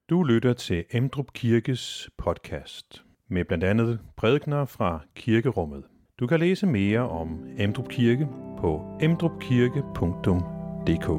Du lytter til Emdrup Kirkes podcast med blandt andet prædikener fra kirkerummet. Du kan læse mere om Emdrup Kirke på emdrupkirke.dk.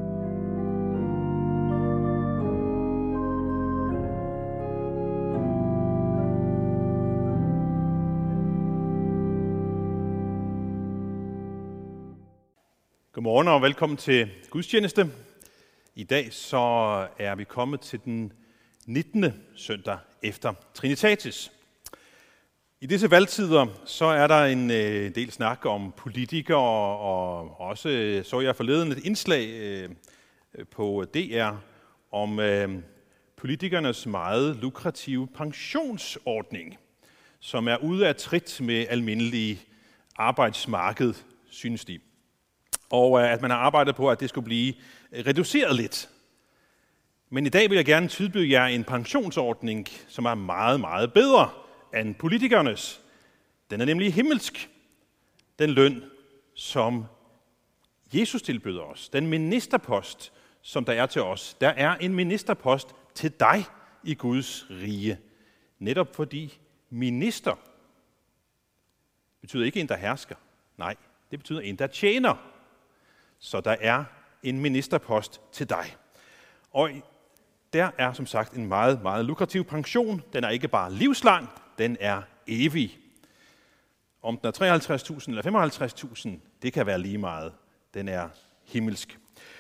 Godmorgen og velkommen til gudstjeneste. I dag så er vi kommet til den 19. søndag efter Trinitatis. I disse valgtider så er der en del snak om politikere, og også så jeg forleden et indslag på DR om politikernes meget lukrative pensionsordning, som er ude af trit med almindelige arbejdsmarked, synes de. Og at man har arbejdet på, at det skulle blive reduceret lidt. Men i dag vil jeg gerne tilbyde jer en pensionsordning, som er meget, meget bedre end politikernes. Den er nemlig himmelsk. Den løn, som Jesus tilbyder os. Den ministerpost, som der er til os. Der er en ministerpost til dig i Guds rige. Netop fordi minister betyder ikke en, der hersker. Nej, det betyder en, der tjener. Så der er en ministerpost til dig. Og der er som sagt en meget, meget lukrativ pension. Den er ikke bare livslang, den er evig. Om den er 53.000 eller 55.000, det kan være lige meget. Den er himmelsk.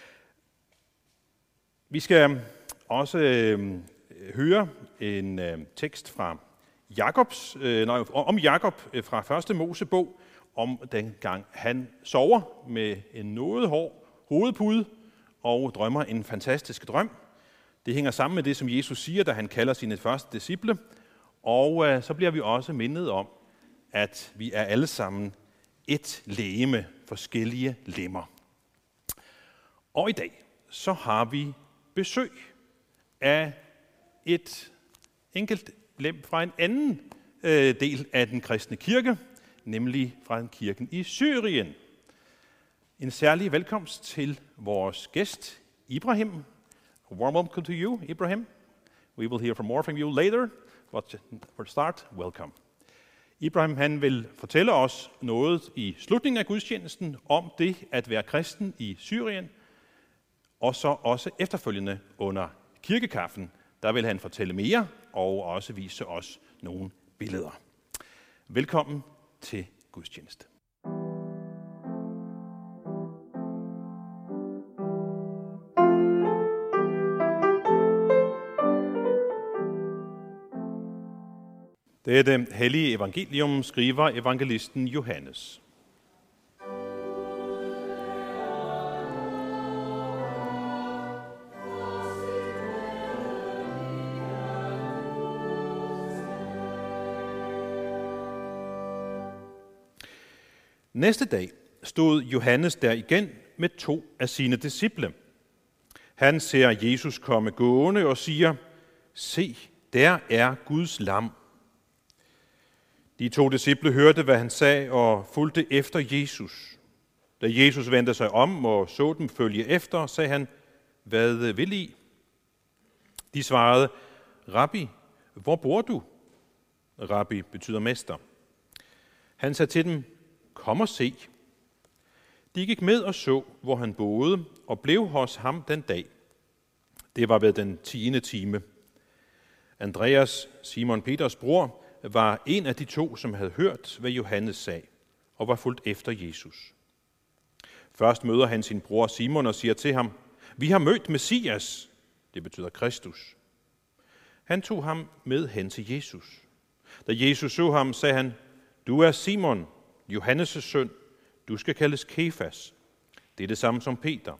Vi skal også høre en tekst fra om Jakob fra 1. Mosebog, om dengang han sover med en noget hård hovedpude og drømmer en fantastisk drøm. Det hænger sammen med det, som Jesus siger, da han kalder sine første disciple. Og så bliver vi også mindet om, at vi er alle sammen et legeme, forskellige lemmer. Og i dag, så har vi besøg af et enkelt lem fra en anden del af den kristne kirke, nemlig fra kirken i Syrien. En særlig velkomst til vores gæst, Ibrahim. A warm welcome to you, Ibrahim. We will hear from more from you later, but for start, welcome. Ibrahim han vil fortælle os noget i slutningen af gudstjenesten om det at være kristen i Syrien, og så også efterfølgende under kirkekaffen, der vil han fortælle mere og også vise os nogle billeder. Velkommen til gudstjeneste. Det er det hellige evangelium, skriver evangelisten Johannes. Næste dag stod Johannes der igen med 2 af sine disciple. Han ser Jesus komme gående og siger, se, der er Guds lam. De 2 disciple hørte, hvad han sagde, og fulgte efter Jesus. Da Jesus vendte sig om og så dem følge efter, sagde han, hvad vil I? De svarede, Rabbi, hvor bor du? Rabbi betyder mester. Han sagde til dem, kom og se. De gik med og så, hvor han boede, og blev hos ham den dag. Det var ved den 10. time. Andreas, Simon Peters bror, var en af de 2, som havde hørt, hvad Johannes sagde, og var fulgt efter Jesus. Først møder han sin bror Simon og siger til ham, vi har mødt Messias, det betyder Kristus. Han tog ham med hen til Jesus. Da Jesus så ham, sagde han, du er Simon, Johannes' søn, du skal kaldes Kefas. Det er det samme som Peter.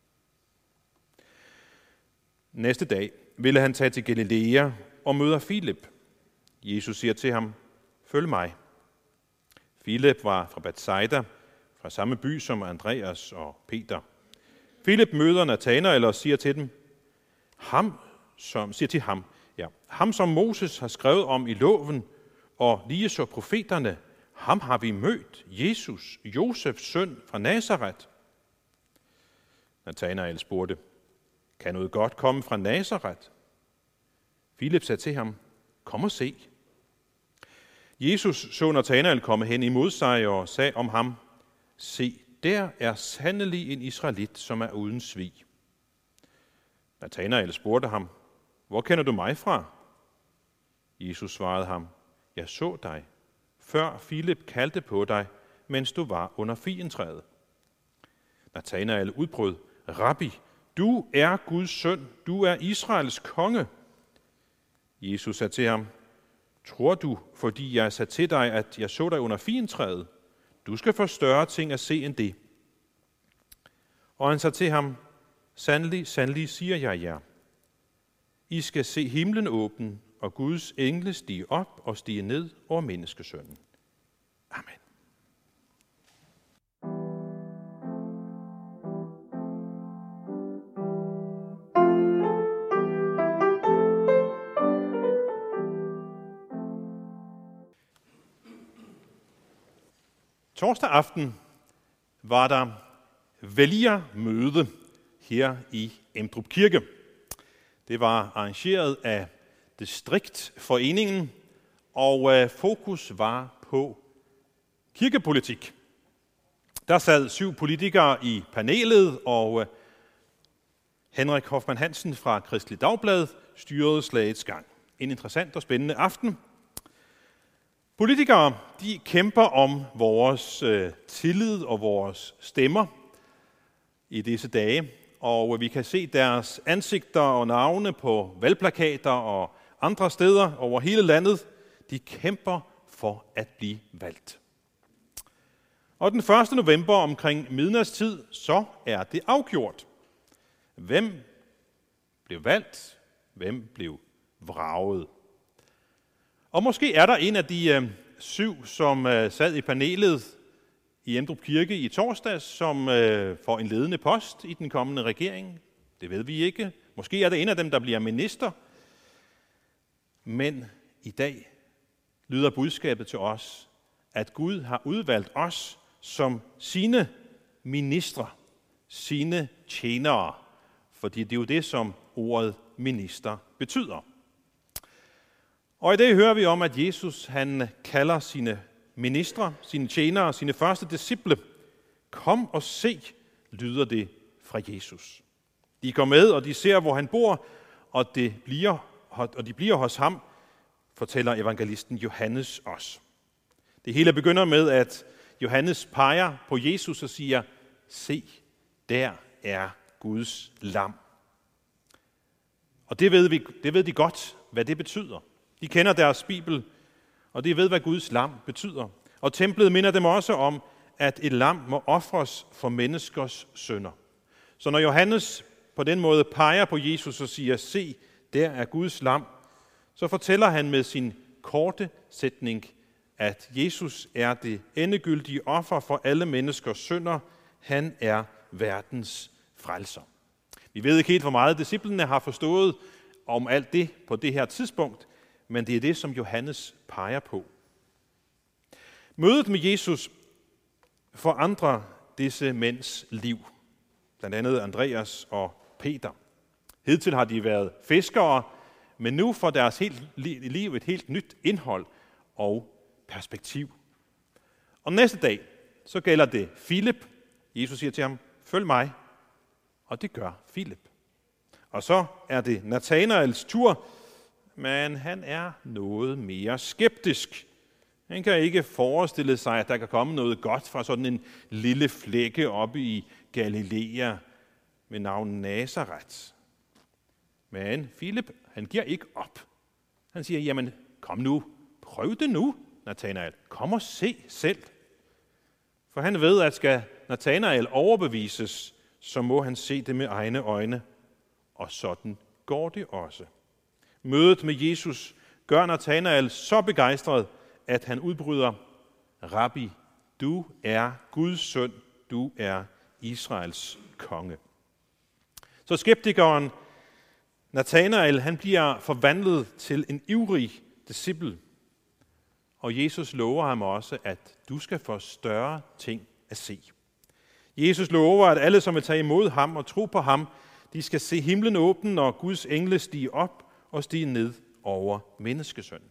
Næste dag ville han tage til Galilea og møder Filip. Jesus siger til ham, følg mig. Filip var fra Bethsaida, fra samme by som Andreas og Peter. Filip møder Nathanael og siger til dem, ham som Moses har skrevet om i loven, og lige så profeterne, ham har vi mødt, Jesus, Josefs søn fra Nazaret. Nathanael spurgte, kan noget godt komme fra Nazaret? Filip sagde til ham, kom og se. Jesus så Natanael komme hen imod sig og sagde om ham, se, der er sandelig en israelit, som er uden svig. Natanael spurgte ham, hvor kender du mig fra? Jesus svarede ham, jeg så dig, før Filip kaldte på dig, mens du var under fientræet. Natanael udbrød, Rabbi, du er Guds søn, du er Israels konge. Jesus sagde til ham, tror du, fordi jeg sagde til dig, at jeg så dig under fientræet? Du skal få større ting at se end det. Og han sagde til ham, sandelig, sandelig siger jeg jer. I skal se himlen åben, og Guds engle stige op og stige ned over menneskesønnen. Amen. Torsdag aften var der vælgermøde her i Emdrup Kirke. Det var arrangeret af Distriktforeningen, og fokus var på kirkepolitik. Der sad 7 politikere i panelet, og Henrik Hoffmann Hansen fra Kristelig Dagblad styrede slagets gang. En interessant og spændende aften. Politikere, de kæmper om vores tillid og vores stemmer i disse dage, og vi kan se deres ansigter og navne på valgplakater og andre steder over hele landet. De kæmper for at blive valgt. Og den 1. november omkring midnatstid, så er det afgjort. Hvem blev valgt? Hvem blev vraget? Og måske er der en af de 7, som sad i panelet i Emdrup Kirke i torsdags, som får en ledende post i den kommende regering. Det ved vi ikke. Måske er det en af dem, der bliver minister. Men i dag lyder budskabet til os, at Gud har udvalgt os som sine ministre, sine tjenere. Fordi det er jo det, som ordet minister betyder. Og i dag hører vi om, at Jesus han kalder sine ministre, sine tjenere, sine første disciple. Kom og se, lyder det fra Jesus. De går med, og de ser, hvor han bor, og de bliver hos ham, fortæller evangelisten Johannes os. Det hele begynder med, at Johannes peger på Jesus og siger, se, der er Guds lam. Og det ved de godt, hvad det betyder. De kender deres Bibel, og de ved, hvad Guds lam betyder. Og templet minder dem også om, at et lam må ofres for menneskers synder. Så når Johannes på den måde peger på Jesus og siger, se, der er Guds lam, så fortæller han med sin korte sætning, at Jesus er det endegyldige offer for alle menneskers synder. Han er verdens frelser. Vi ved ikke helt, hvor meget disciplene har forstået om alt det på det her tidspunkt, men det er det, som Johannes peger på. Mødet med Jesus forandrer disse mænds liv. Blandt andet Andreas og Peter. Hidtil har de været fiskere, men nu får deres liv et helt nyt indhold og perspektiv. Og næste dag, så gælder det Filip. Jesus siger til ham, følg mig. Og det gør Filip. Og så er det Natanaels tur, men han er noget mere skeptisk. Han kan ikke forestille sig, at der kan komme noget godt fra sådan en lille flække oppe i Galilea med navn Nazaret. Men Filip, han giver ikke op. Han siger, jamen kom nu, prøv det nu, Natanael. Kom og se selv. For han ved, at skal Natanael overbevises, så må han se det med egne øjne. Og sådan går det også. Mødet med Jesus gør Natanael så begejstret, at han udbryder, Rabbi, du er Guds søn, du er Israels konge. Så skeptikeren Natanael, han bliver forvandlet til en ivrig disciple. Og Jesus lover ham også, at du skal få større ting at se. Jesus lover, at alle, som vil tage imod ham og tro på ham, de skal se himlen åben, og Guds engle stige op og stige ned over menneskesønnen.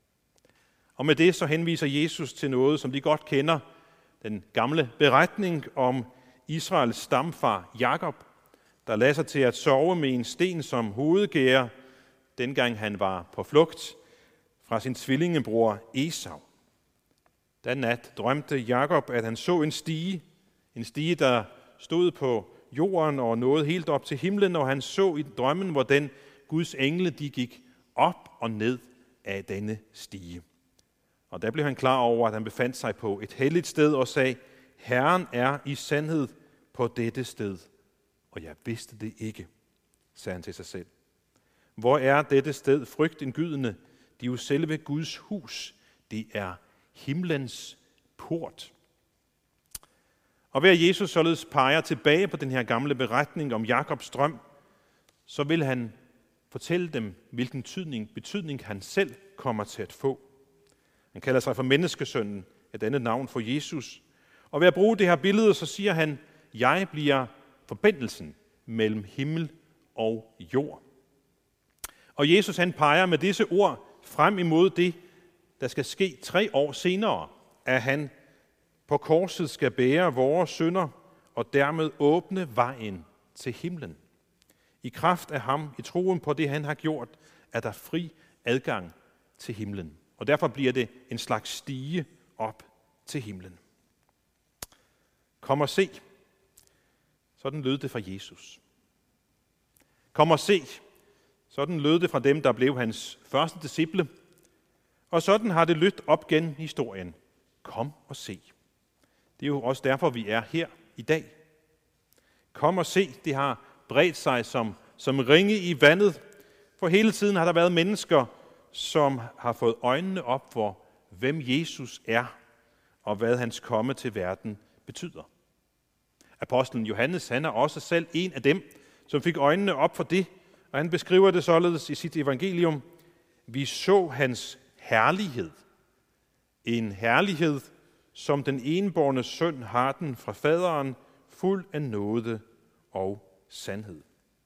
Og med det så henviser Jesus til noget, som de godt kender, den gamle beretning om Israels stamfar Jakob, der lader sig til at sove med en sten som hovedgære, dengang han var på flugt fra sin tvillingebror Esau. Den nat drømte Jakob, at han så en stige, der stod på jorden og nåede helt op til himlen, og han så i drømmen, hvordan Guds engle de gik op og ned af denne stige. Og der blev han klar over, at han befandt sig på et helligt sted og sagde, Herren er i sandhed på dette sted. Og jeg vidste det ikke, sagde han til sig selv. Hvor er dette sted frygtindgydende? Det er jo selve Guds hus. Det er himlens port. Og ved at Jesus således peger tilbage på den her gamle beretning om Jakobs drøm, så vil han fortælle dem, hvilken betydning han selv kommer til at få. Han kalder sig for menneskesønnen, et andet navn for Jesus. Og ved at bruge det her billede, så siger han, jeg bliver forbindelsen mellem himmel og jord. Og Jesus han peger med disse ord frem imod det, der skal ske 3 år senere, at han på korset skal bære vores synder og dermed åbne vejen til himlen. I kraft af ham, i troen på det, han har gjort, er der fri adgang til himlen. Og derfor bliver det en slags stige op til himlen. Kom og se. Sådan lød det fra Jesus. Kom og se. Sådan lød det fra dem, der blev hans første disciple. Og sådan har det lydt op gennem historien. Kom og se. Det er jo også derfor, vi er her i dag. Kom og se. Det har bredt sig som ringe i vandet. For hele tiden har der været mennesker, som har fået øjnene op for, hvem Jesus er, og hvad hans komme til verden betyder. Apostlen Johannes, han er også selv en af dem, som fik øjnene op for det, og han beskriver det således i sit evangelium. Vi så hans herlighed. En herlighed, som den enbårne søn har den fra faderen, fuld af nåde og sandhed.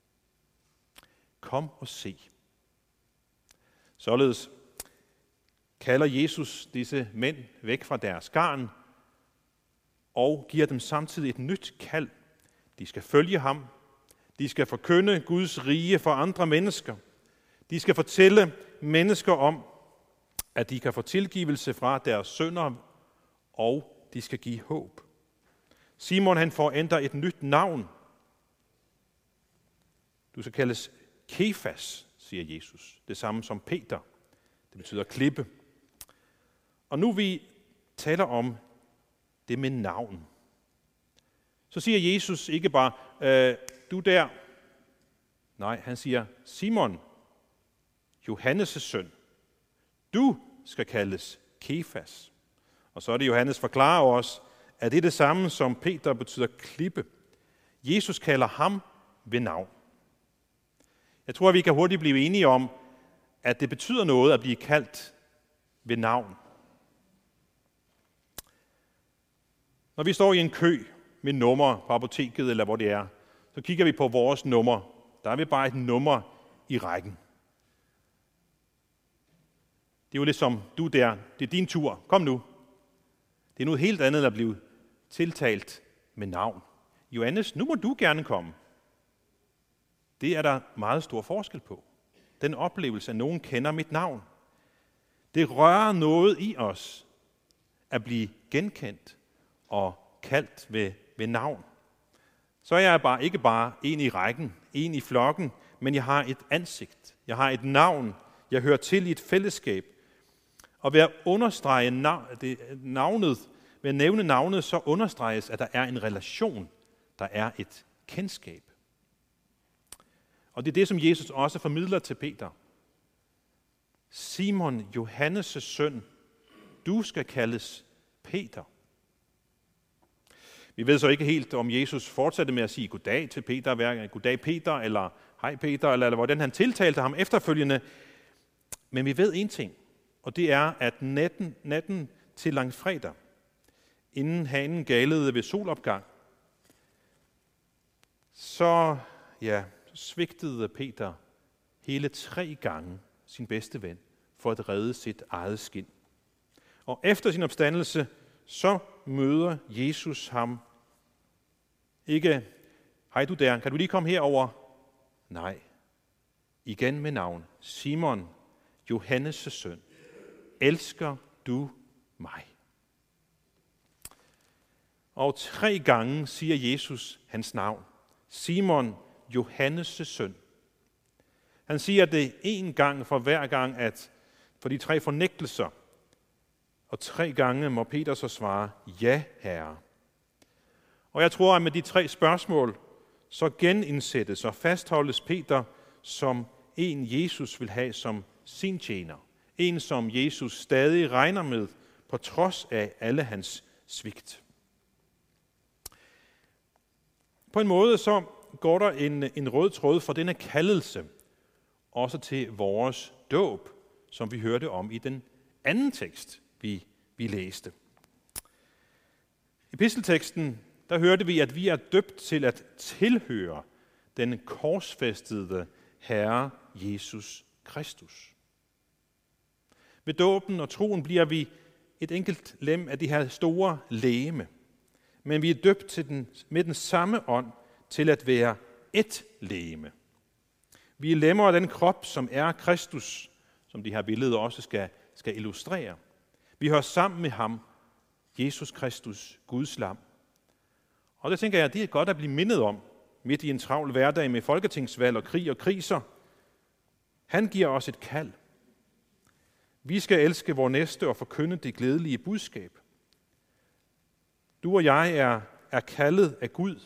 Kom og se. Således kalder Jesus disse mænd væk fra deres garn og giver dem samtidig et nyt kald. De skal følge ham. De skal forkynde Guds rige for andre mennesker. De skal fortælle mennesker om, at de kan få tilgivelse fra deres synder, og de skal give håb. Simon han får endda et nyt navn. Du skal kaldes Kefas, siger Jesus. Det samme som Peter. Det betyder klippe. Og nu vi taler om det med navn, så siger Jesus ikke bare, du der. Nej, han siger, Simon, Johannes' søn, du skal kaldes Kefas. Og så er det Johannes forklarer os, at det er det samme som Peter betyder klippe. Jesus kalder ham ved navn. Jeg tror, at vi kan hurtigt blive enige om, at det betyder noget at blive kaldt ved navn. Når vi står i en kø med nummer på apoteket, eller hvor det er, så kigger vi på vores nummer. Der er vi bare et nummer i rækken. Det er jo lidt som, du der, det er din tur, kom nu. Det er noget helt andet at blive tiltalt med navn. Johannes, nu må du gerne komme. Det er der meget stor forskel på. Den oplevelse, at nogen kender mit navn. Det rører noget i os at blive genkendt og kaldt ved navn. Så er jeg ikke bare en i rækken, en i flokken, men jeg har et ansigt. Jeg har et navn. Jeg hører til i et fællesskab. Og ved at understrege navnet, ved at nævne navnet, så understreges, at der er en relation. Der er et kendskab. Og det er det, som Jesus også formidler til Peter. Simon, Johannes' søn, du skal kaldes Peter. Vi ved så ikke helt, om Jesus fortsatte med at sige goddag til Peter, goddag Peter, eller hej Peter, eller hvordan han tiltalte ham efterfølgende. Men vi ved en ting, og det er, at natten til langfredag, inden hanen galede ved solopgang, så svigtede Peter hele 3 gange sin bedste ven for at redde sit eget skind. Og efter sin opstandelse, så møder Jesus ham. Ikke, hej du der, kan du lige komme herover? Nej. Igen med navn, Simon, Johannes' søn. Elsker du mig? Og 3 gange siger Jesus hans navn. Simon, Johannes' søn. Han siger det 1 gang for hver gang, at for de 3 fornægtelser. Og 3 gange må Peter så svare, ja, Herre. Og jeg tror, at med de 3 spørgsmål, så genindsættes og fastholdes Peter som en, Jesus vil have som sin tjener. En, som Jesus stadig regner med, på trods af alle hans svigt. På en måde så går der en rød tråd for denne kaldelse, også til vores dåb, som vi hørte om i den anden tekst, vi læste. I epistelteksten, der hørte vi, at vi er døbt til at tilhøre den korsfæstede Herre Jesus Kristus. Ved dåben og troen bliver vi et enkelt lem af det her store legeme, men vi er døbt med den samme ånd til at være ét legeme. Vi er lemmer af den krop, som er Kristus, som de her billeder også skal illustrere. Vi hører sammen med ham, Jesus Kristus, Guds lam. Og det tænker jeg, det er godt at blive mindet om, midt i en travl hverdag med folketingsvalg og krig og kriser. Han giver os et kald. Vi skal elske vor næste og forkynde det glædelige budskab. Du og jeg er kaldet af Gud,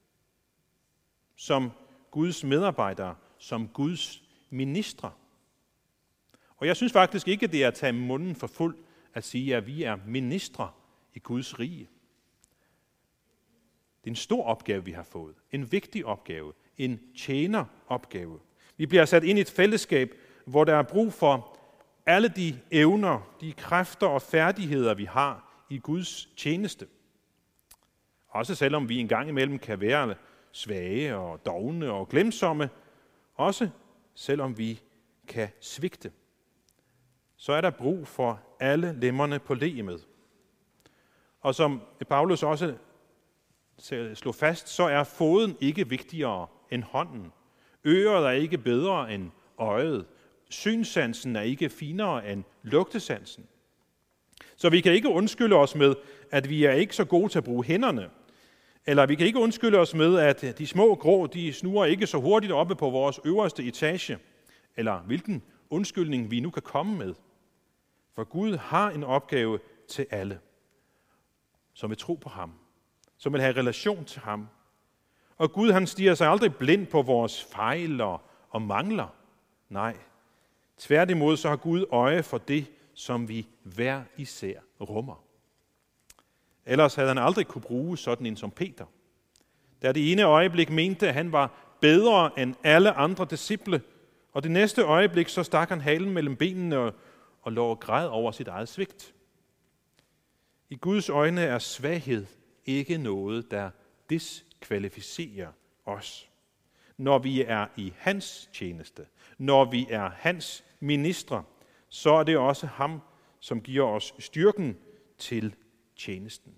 som Guds medarbejdere, som Guds ministre. Og jeg synes faktisk ikke, det er at tage munden for fuld at sige, at vi er ministre i Guds rige. Det er en stor opgave, vi har fået. En vigtig opgave. En tjeneropgave. Vi bliver sat ind i et fællesskab, hvor der er brug for alle de evner, de kræfter og færdigheder, vi har i Guds tjeneste. Også selvom vi en gang imellem kan være svage og dovne og glemsomme, også selvom vi kan svigte, så er der brug for alle lemmerne på legemet. Og som Paulus også slog fast, så er foden ikke vigtigere end hånden. Øret er ikke bedre end øjet. Synssansen er ikke finere end lugtesansen. Så vi kan ikke undskylde os med, at vi er ikke så gode til at bruge hænderne. Eller vi kan ikke undskylde os med, at de små grå, de snurrer ikke så hurtigt oppe på vores øverste etage. Eller hvilken undskyldning vi nu kan komme med. For Gud har en opgave til alle, som vil tro på ham, som vil have relation til ham. Og Gud, han stirrer sig aldrig blind på vores fejl og mangler. Nej, tværtimod så har Gud øje for det, som vi hver især rummer. Ellers havde han aldrig kunne bruge sådan en som Peter. Der det ene øjeblik mente, at han var bedre end alle andre disciple, og det næste øjeblik så stak han halen mellem benene og lå og græd over sit eget svigt. I Guds øjne er svaghed ikke noget, der diskvalificerer os. Når vi er i hans tjeneste, når vi er hans ministre, så er det også ham, som giver os styrken til tjenesten.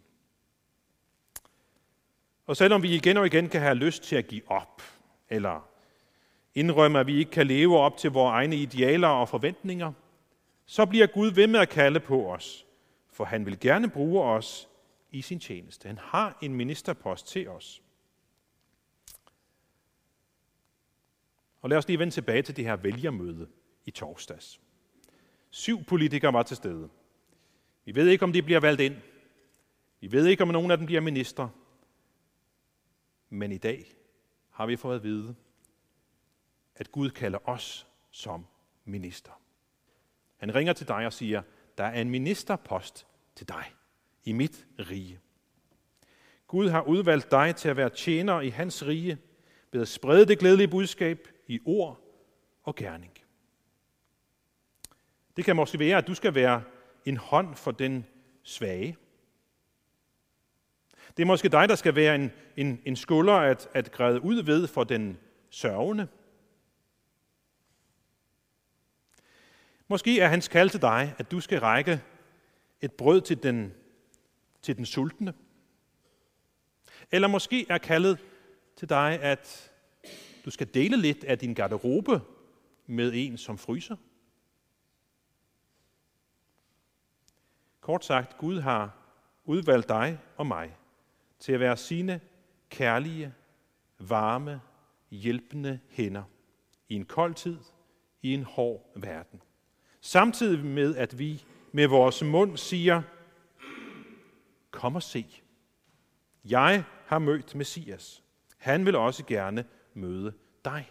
Og selvom vi igen og igen kan have lyst til at give op, eller indrømme, at vi ikke kan leve op til vores egne idealer og forventninger, så bliver Gud ved med at kalde på os, for han vil gerne bruge os i sin tjeneste. Han har en ministerpost til os. Og lad os lige vende tilbage til det her vælgermøde i torsdags. 7 politikere var til stede. Vi ved ikke, om de bliver valgt ind. Vi ved ikke, om nogen af dem bliver ministre. Men i dag har vi fået at vide, at Gud kalder os som minister. Han ringer til dig og siger, der er en ministerpost til dig i mit rige. Gud har udvalgt dig til at være tjener i hans rige, ved at sprede det glædelige budskab i ord og gerning. Det kan måske være, at du skal være en hånd for den svage. Det er måske dig, der skal være en skulder at græde ud ved for den sørgende. Måske er hans kald til dig, at du skal række et brød til den sultne. Eller måske er kaldet til dig, at du skal dele lidt af din garderobe med en, som fryser. Kort sagt, Gud har udvalgt dig og mig til at være sine kærlige, varme, hjælpende hænder i en kold tid, i en hård verden. Samtidig med, at vi med vores mund siger, kom og se. Jeg har mødt Messias. Han vil også gerne møde dig.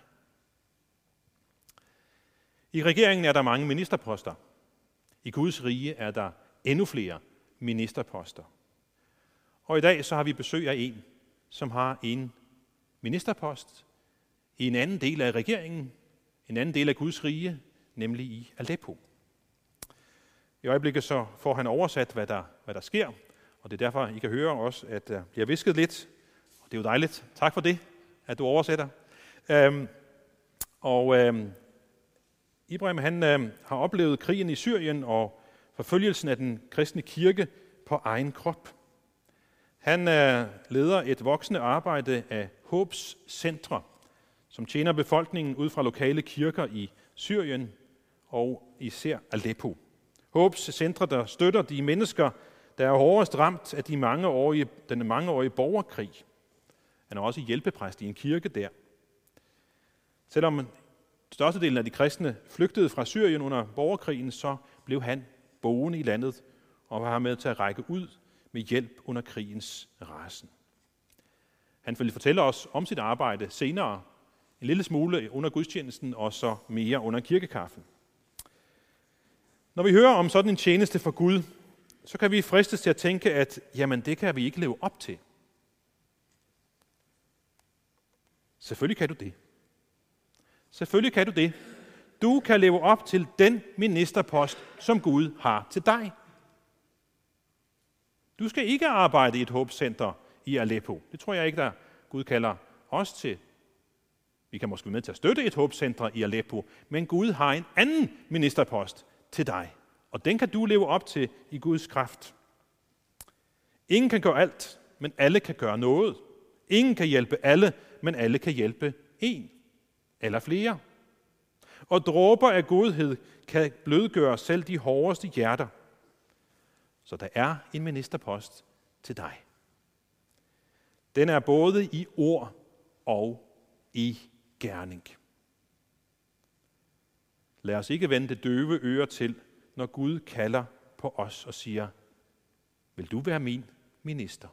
I regeringen er der mange ministerposter. I Guds rige er der endnu flere ministerposter. Og i dag så har vi besøg af en, som har en ministerpost i en anden del af regeringen, en anden del af Guds rige, nemlig i Aleppo. I øjeblikket så får han oversat, hvad der sker, og det er derfor, I kan høre også, at der bliver hvisket lidt. Og det er jo dejligt. Tak for det, at du oversætter. Ibrahim han har oplevet krigen i Syrien og forfølgelsen af den kristne kirke på egen krop. Han leder et voksende arbejde af håbscentre, som tjener befolkningen ud fra lokale kirker i Syrien og især Aleppo. Håbscentre, der støtter de mennesker, der er hårdest ramt af den mangeårige borgerkrig. Han er også hjælpepræst i en kirke der. Selvom størstedelen af de kristne flygtede fra Syrien under borgerkrigen, så blev han boende i landet og var med til at række ud med hjælp under krigens rasen. Han vil fortælle os om sit arbejde senere, en lille smule under gudstjenesten og så mere under kirkekaffen. Når vi hører om sådan en tjeneste for Gud, så kan vi fristes til at tænke, at jamen, det kan vi ikke leve op til. Selvfølgelig kan du det. Selvfølgelig kan du det. Du kan leve op til den ministerpost, som Gud har til dig. Du skal ikke arbejde i et håbscenter i Aleppo. Det tror jeg ikke, der Gud kalder os til. Vi kan måske være med til at støtte et håbscenter i Aleppo, men Gud har en anden ministerpost til dig, og den kan du leve op til i Guds kraft. Ingen kan gøre alt, men alle kan gøre noget. Ingen kan hjælpe alle, men alle kan hjælpe en eller flere. Og dråber af godhed kan blødgøre selv de hårdeste hjerter. Så der er en ministerpost til dig. Den er både i ord og i gerning. Lad os ikke vende det døve øre til, når Gud kalder på os og siger, vil du være min minister?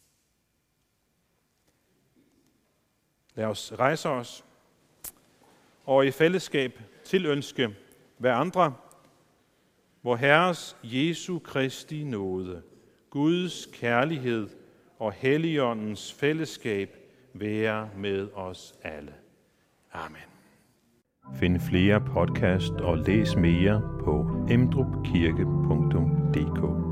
Lad os rejse os og i fællesskab tilønske hver andre, hvor Herres Jesu Kristi nåde, Guds kærlighed og Helligåndens fællesskab være med os alle. Amen. Find flere podcast og læs mere på emdrupkirke.dk.